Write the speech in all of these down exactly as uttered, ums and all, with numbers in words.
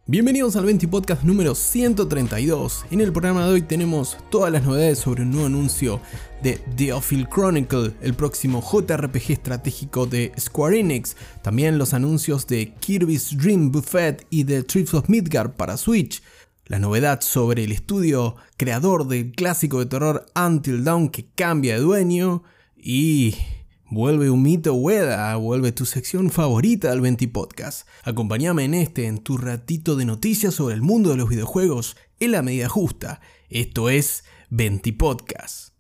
Bienvenidos al venti Podcast número ciento treinta y dos. En el programa de hoy tenemos todas las novedades sobre un nuevo anuncio de The Theophil Chronicle, el próximo J R P G estratégico de Square Enix. También los anuncios de Kirby's Dream Buffet y The Tribes of Midgard para Switch. La novedad sobre el estudio creador del clásico de terror Until Dawn que cambia de dueño. Y vuelve un mito Ueda, vuelve tu sección favorita del venti Podcast. Acompáñame en este, en tu ratito de noticias sobre el mundo de los videojuegos en la medida justa. Esto es venti Podcast.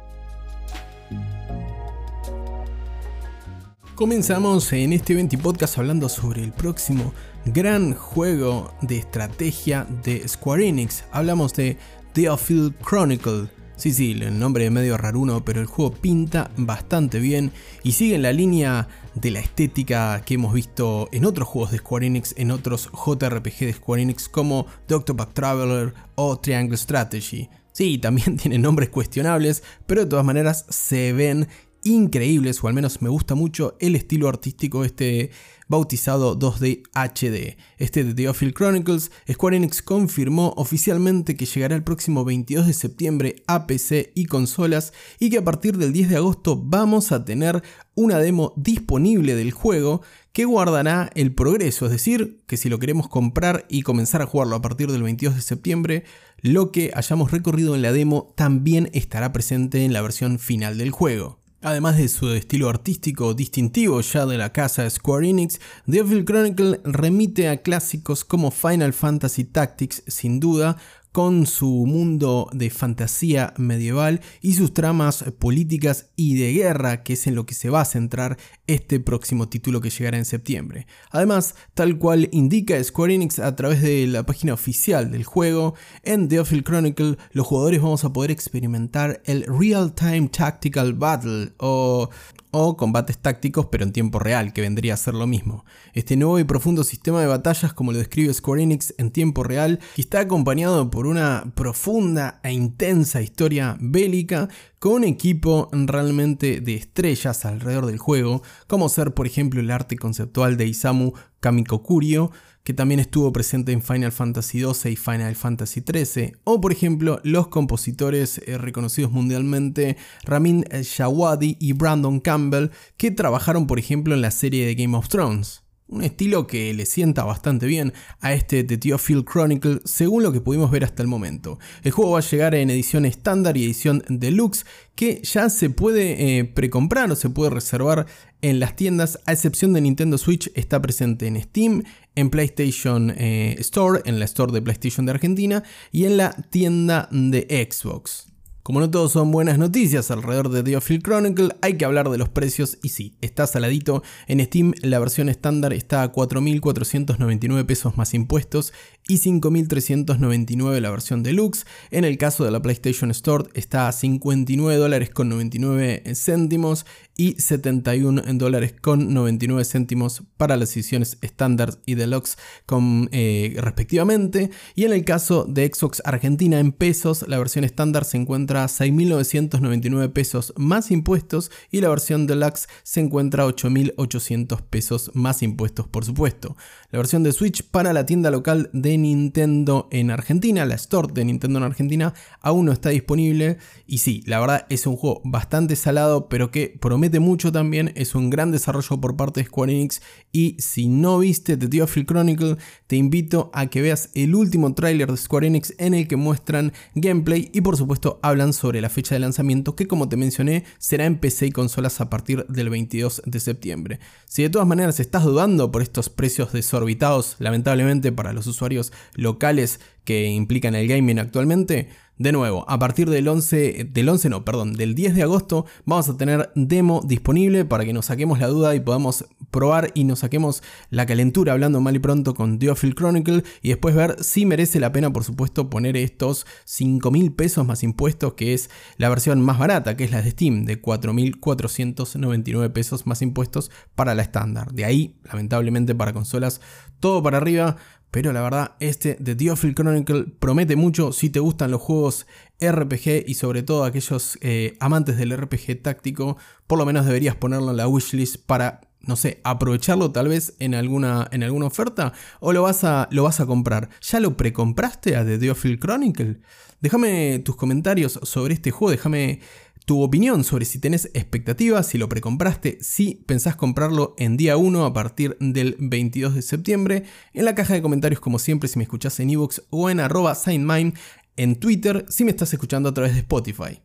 Comenzamos en este venti Podcast hablando sobre el próximo gran juego de estrategia de Square Enix. Hablamos de The Theophil Chronicle. Sí, sí, el nombre es medio raruno, pero el juego pinta bastante bien y sigue en la línea de la estética que hemos visto en otros juegos de Square Enix, en otros J R P G de Square Enix como The Octopath Traveler o Triangle Strategy. Sí, también tienen nombres cuestionables, pero de todas maneras se ven increíbles, o al menos me gusta mucho el estilo artístico este bautizado dos D H D. Este de The Theophil Chronicles, Square Enix confirmó oficialmente que llegará el próximo veintidós de septiembre a P C y consolas y que a partir del diez de agosto vamos a tener una demo disponible del juego que guardará el progreso, es decir, que si lo queremos comprar y comenzar a jugarlo a partir del veintidós de septiembre, lo que hayamos recorrido en la demo también estará presente en la versión final del juego. Además de su estilo artístico distintivo ya de la casa Square Enix, The Theophil Chronicle remite a clásicos como Final Fantasy Tactics sin duda, con su mundo de fantasía medieval y sus tramas políticas y de guerra, que es en lo que se va a centrar este próximo título que llegará en septiembre. Además, tal cual indica Square Enix a través de la página oficial del juego, en The Theophil Chronicle los jugadores vamos a poder experimentar el Real Time Tactical Battle o... o combates tácticos pero en tiempo real, que vendría a ser lo mismo. Este nuevo y profundo sistema de batallas, como lo describe Square Enix en tiempo real, que está acompañado por una profunda e intensa historia bélica, con un equipo realmente de estrellas alrededor del juego, como ser por ejemplo el arte conceptual de Isamu Kamikokurio, que también estuvo presente en Final Fantasy doce y Final Fantasy trece, o por ejemplo los compositores eh, reconocidos mundialmente Ramin Djawadi y Brandon Campbell, que trabajaron por ejemplo en la serie de Game of Thrones. Un estilo que le sienta bastante bien a este The Theophil Chronicle según lo que pudimos ver hasta el momento. El juego va a llegar en edición estándar y edición deluxe, que ya se puede eh, precomprar o se puede reservar en las tiendas, a excepción de Nintendo Switch. Está presente en Steam, en PlayStation eh, Store, en la Store de PlayStation de Argentina y en la tienda de Xbox. Como no todos son buenas noticias alrededor de The Theophil Chronicle, hay que hablar de los precios y sí, está saladito. En Steam la versión estándar está a cuatro mil cuatrocientos noventa y nueve pesos más impuestos y cinco mil trescientos noventa y nueve la versión deluxe. En el caso de la PlayStation Store está a cincuenta y nueve dólares con noventa y nueve céntimos y setenta y un dólares con noventa y nueve céntimos para las ediciones estándar y deluxe con, eh, respectivamente. Y en el caso de Xbox Argentina en pesos, la versión estándar se encuentra a seis mil novecientos noventa y nueve pesos más impuestos y la versión deluxe se encuentra a ocho mil ochocientos pesos más impuestos, por supuesto. La versión de Switch para la tienda local de Nintendo en Argentina, la Store de Nintendo en Argentina, aún no está disponible. Y sí, la verdad es un juego bastante salado, pero que promete mucho también. Es un gran desarrollo por parte de Square Enix y si no viste The Theophil Chronicle, te invito a que veas el último tráiler de Square Enix en el que muestran gameplay y por supuesto hablan sobre la fecha de lanzamiento, que como te mencioné será en P C y consolas a partir del veintidós de septiembre. Si de todas maneras estás dudando por estos precios desorbitados, lamentablemente para los usuarios locales que implican el gaming actualmente, de nuevo, a partir del once, del once no, perdón, del diez de agosto vamos a tener demo disponible para que nos saquemos la duda y podamos probar y nos saquemos la calentura, hablando mal y pronto, con The Theophil Chronicle y después ver si merece la pena, por supuesto, poner estos cinco mil pesos más impuestos, que es la versión más barata, que es la de Steam, de cuatro mil cuatrocientos noventa y nueve pesos más impuestos para la estándar. De ahí, lamentablemente, para consolas, todo para arriba. Pero la verdad, este The Theophil Chronicle promete mucho si te gustan los juegos R P G y sobre todo aquellos eh, amantes del R P G táctico. Por lo menos deberías ponerlo en la wishlist para no sé, aprovecharlo tal vez en alguna, en alguna oferta, o lo vas, a, lo vas a comprar. ¿Ya lo precompraste a The Diofield Chronicle? Déjame tus comentarios sobre este juego, déjame tu opinión sobre si tenés expectativas, si lo precompraste, si pensás comprarlo en día uno a partir del veintidós de septiembre. En la caja de comentarios, como siempre, si me escuchás en iVoox o en arroba SaintMime en Twitter, si me estás escuchando a través de Spotify.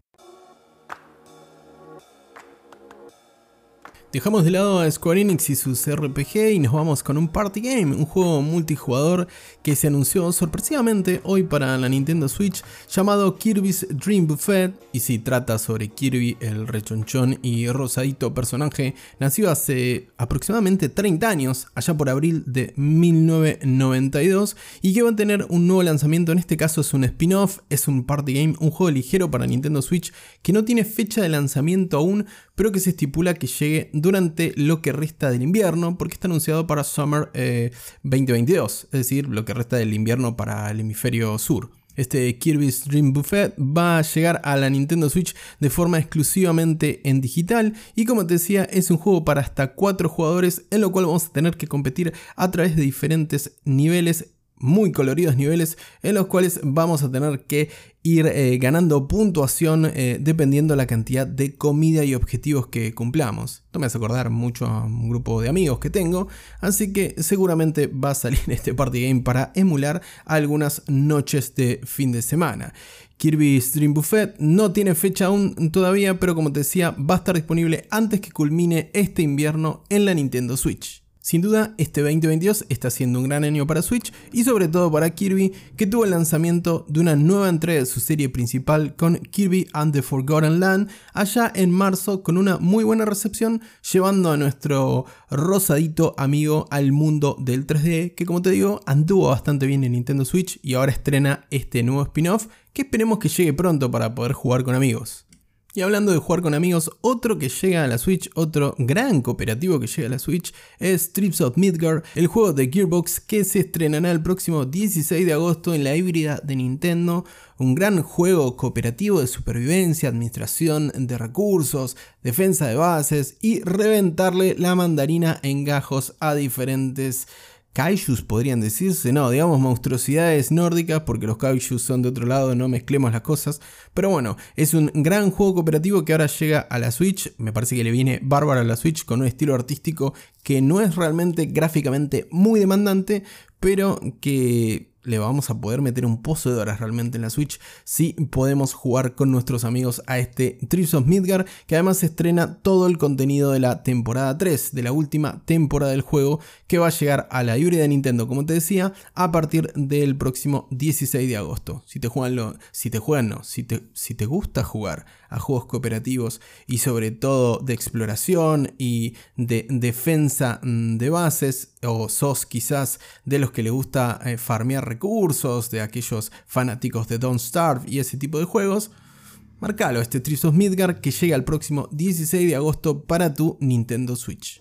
Dejamos de lado a Square Enix y sus R P G y nos vamos con un party game, un juego multijugador que se anunció sorpresivamente hoy para la Nintendo Switch, llamado Kirby's Dream Buffet. Y sí, trata sobre Kirby, el rechonchón y rosadito personaje nacido hace aproximadamente treinta años, allá por abril de mil novecientos noventa y dos, y que va a tener un nuevo lanzamiento. En este caso es un spin-off, es un party game, un juego ligero para Nintendo Switch que no tiene fecha de lanzamiento aún, pero que se estipula que llegue durante lo que resta del invierno, porque está anunciado para Summer eh, veinte veintidós, es decir, lo que resta del invierno para el hemisferio sur. Este Kirby's Dream Buffet va a llegar a la Nintendo Switch de forma exclusivamente en digital y, como te decía, es un juego para hasta cuatro jugadores, en lo cual vamos a tener que competir a través de diferentes niveles, muy coloridos niveles, en los cuales vamos a tener que ir eh, ganando puntuación eh, dependiendo la cantidad de comida y objetivos que cumplamos. Esto me hace acordar mucho a un grupo de amigos que tengo, así que seguramente va a salir este party game para emular algunas noches de fin de semana. Kirby's Dream Buffet no tiene fecha aún todavía, pero como te decía, va a estar disponible antes que culmine este invierno en la Nintendo Switch. Sin duda, este veinte veintidós está siendo un gran año para Switch y sobre todo para Kirby, que tuvo el lanzamiento de una nueva entrega de su serie principal con Kirby and the Forgotten Land allá en marzo, con una muy buena recepción, llevando a nuestro rosadito amigo al mundo del tres D, que, como te digo, anduvo bastante bien en Nintendo Switch y ahora estrena este nuevo spin-off que esperemos que llegue pronto para poder jugar con amigos. Y hablando de jugar con amigos, otro que llega a la Switch, otro gran cooperativo que llega a la Switch es Tribes of Midgard, el juego de Gearbox que se estrenará el próximo dieciséis de agosto en la híbrida de Nintendo. Un gran juego cooperativo de supervivencia, administración de recursos, defensa de bases y reventarle la mandarina en gajos a diferentes kaijus, podrían decirse, no, digamos monstruosidades nórdicas, porque los kaijus son de otro lado, no mezclemos las cosas. Pero bueno, es un gran juego cooperativo que ahora llega a la Switch. Me parece que le viene bárbaro a la Switch, con un estilo artístico que no es realmente gráficamente muy demandante, pero que le vamos a poder meter un pozo de horas realmente en la Switch si podemos jugar con nuestros amigos a este Tribes of Midgard, que además se estrena todo el contenido de la temporada tres, de la última temporada del juego, que va a llegar a la híbrida de Nintendo, como te decía, a partir del próximo dieciséis de agosto. Si te juegan, lo, si te juegan no, si te, si te gusta jugar a juegos cooperativos y sobre todo de exploración y de defensa de bases, o sos quizás de los que le gusta eh, farmear recursos, de aquellos fanáticos de Don't Starve y ese tipo de juegos, marcalo, este Tribes of Midgard, que llega el próximo dieciséis de agosto para tu Nintendo Switch.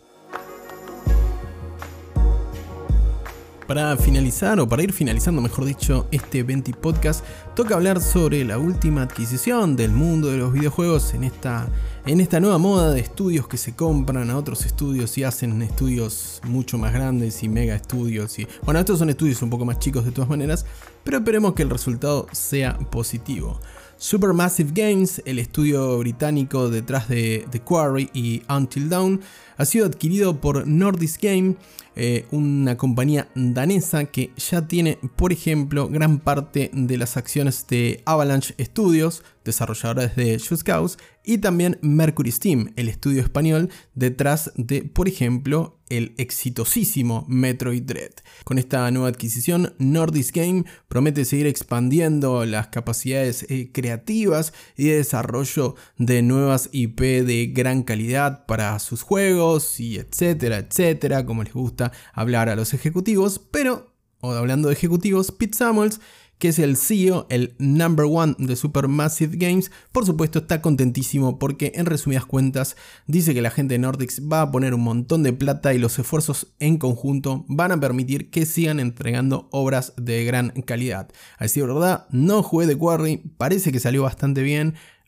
Para finalizar, o para ir finalizando mejor dicho, este veinte podcast, toca hablar sobre la última adquisición del mundo de los videojuegos en esta, en esta nueva moda de estudios que se compran a otros estudios y hacen estudios mucho más grandes y mega estudios. Y, bueno, estos son estudios un poco más chicos de todas maneras, pero esperemos que el resultado sea positivo. Supermassive Games, el estudio británico detrás de The Quarry y Until Dawn, ha sido adquirido por Nordisk Game, eh, una compañía danesa que ya tiene, por ejemplo, gran parte de las acciones de Avalanche Studios, desarrolladores de Just Cause, y también Mercury Steam, el estudio español detrás de, por ejemplo, el exitosísimo Metroid Dread. Con esta nueva adquisición, Nordisk Game promete seguir expandiendo las capacidades eh, creativas y de desarrollo de nuevas I P de gran calidad para sus juegos y etcétera, etcétera, como les gusta hablar a los ejecutivos. Pero, o hablando de ejecutivos, Pete Samuels, que es el C E O, el number one de Supermassive Games, por supuesto está contentísimo porque, en resumidas cuentas, dice que la gente de Nordisk va a poner un montón de plata y los esfuerzos en conjunto van a permitir que sigan entregando obras de gran calidad. A decir verdad, no jugué The Quarry, parece que salió bastante bien.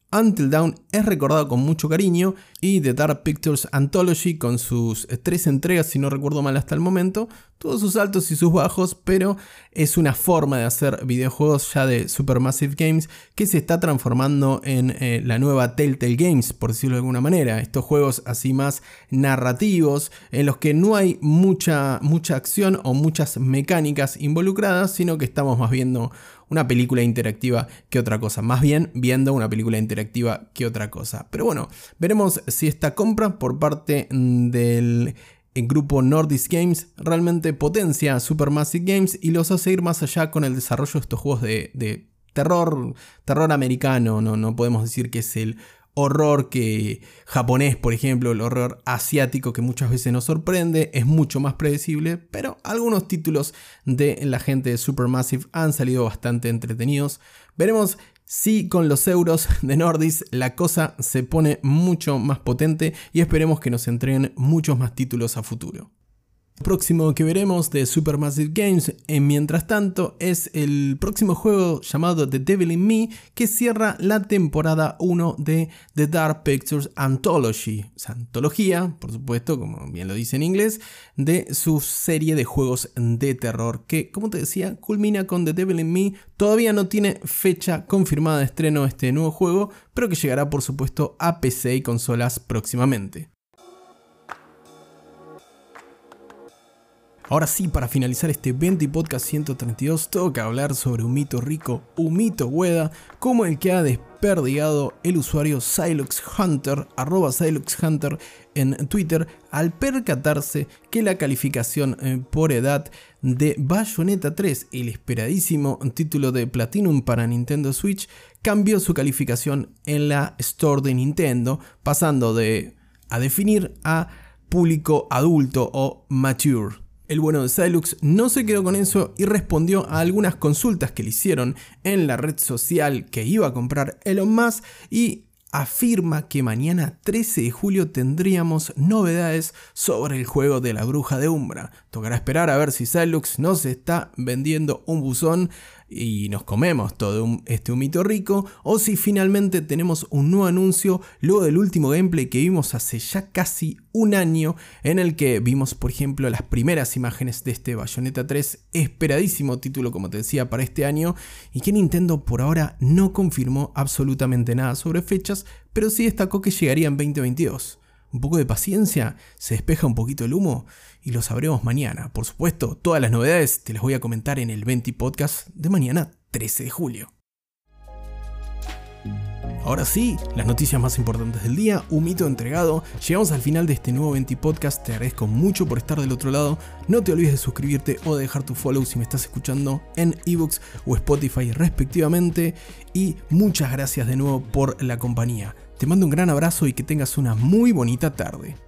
Until Dawn es recordado con mucho cariño y The Dark Pictures Anthology, con sus tres entregas, si no recuerdo mal hasta el momento, tuvo sus altos y sus bajos, pero es una forma de hacer videojuegos ya de Supermassive Games que se está transformando en eh, la nueva Telltale Games, por decirlo de alguna manera. Estos juegos así más narrativos, en los que no hay mucha, mucha acción o muchas mecánicas involucradas, sino que estamos más viendo una película interactiva que otra cosa, más bien viendo una película interactiva que otra cosa. Pero bueno, veremos si esta compra por parte del grupo Nordisk Games realmente potencia a Supermassive Games y los hace ir más allá con el desarrollo de estos juegos de, de terror, terror americano. No, no podemos decir que es el horror que japonés, por ejemplo, el horror asiático que muchas veces nos sorprende, es mucho más predecible, pero algunos títulos de la gente de Supermassive han salido bastante entretenidos. Veremos si con los euros de Nordisk la cosa se pone mucho más potente y esperemos que nos entreguen muchos más títulos a futuro. El próximo que veremos de Supermassive Games, en mientras tanto, es el próximo juego llamado The Devil in Me, que cierra la temporada uno de The Dark Pictures Anthology, o sea, antología, por supuesto, como bien lo dice en inglés, de su serie de juegos de terror, que, como te decía, culmina con The Devil in Me. Todavía no tiene fecha confirmada de estreno este nuevo juego, pero que llegará, por supuesto, a P C y consolas próximamente. Ahora sí, para finalizar este Venti Podcast ciento treinta y dos, tengo que hablar sobre un mito rico, un mito Ueda, como el que ha desperdigado el usuario SiluxHunter, arroba SiluxHunter en Twitter, al percatarse que la calificación eh, por edad de Bayonetta tres, el esperadísimo título de Platinum para Nintendo Switch, cambió su calificación en la Store de Nintendo, pasando de a definir a público adulto o mature. El bueno de Silux no se quedó con eso y respondió a algunas consultas que le hicieron en la red social que iba a comprar Elon Musk y afirma que mañana trece de julio tendríamos novedades sobre el juego de la Bruja de Umbra. Tocará esperar a ver si Silux nos está vendiendo un buzón y nos comemos todo un, este humito rico, o si finalmente tenemos un nuevo anuncio luego del último gameplay que vimos hace ya casi un año, en el que vimos, por ejemplo, las primeras imágenes de este Bayonetta tres, esperadísimo título, como te decía, para este año, y que Nintendo por ahora no confirmó absolutamente nada sobre fechas, pero sí destacó que llegaría en veinte veintidós. Un poco de paciencia, se despeja un poquito el humo y lo sabremos mañana. Por supuesto, todas las novedades te las voy a comentar en el Venti Podcast de mañana trece de julio. Ahora sí, las noticias más importantes del día, un mito entregado. Llegamos al final de este nuevo Venti Podcast, te agradezco mucho por estar del otro lado. No te olvides de suscribirte o de dejar tu follow si me estás escuchando en eBooks o Spotify respectivamente. Y muchas gracias de nuevo por la compañía. Te mando un gran abrazo y que tengas una muy bonita tarde.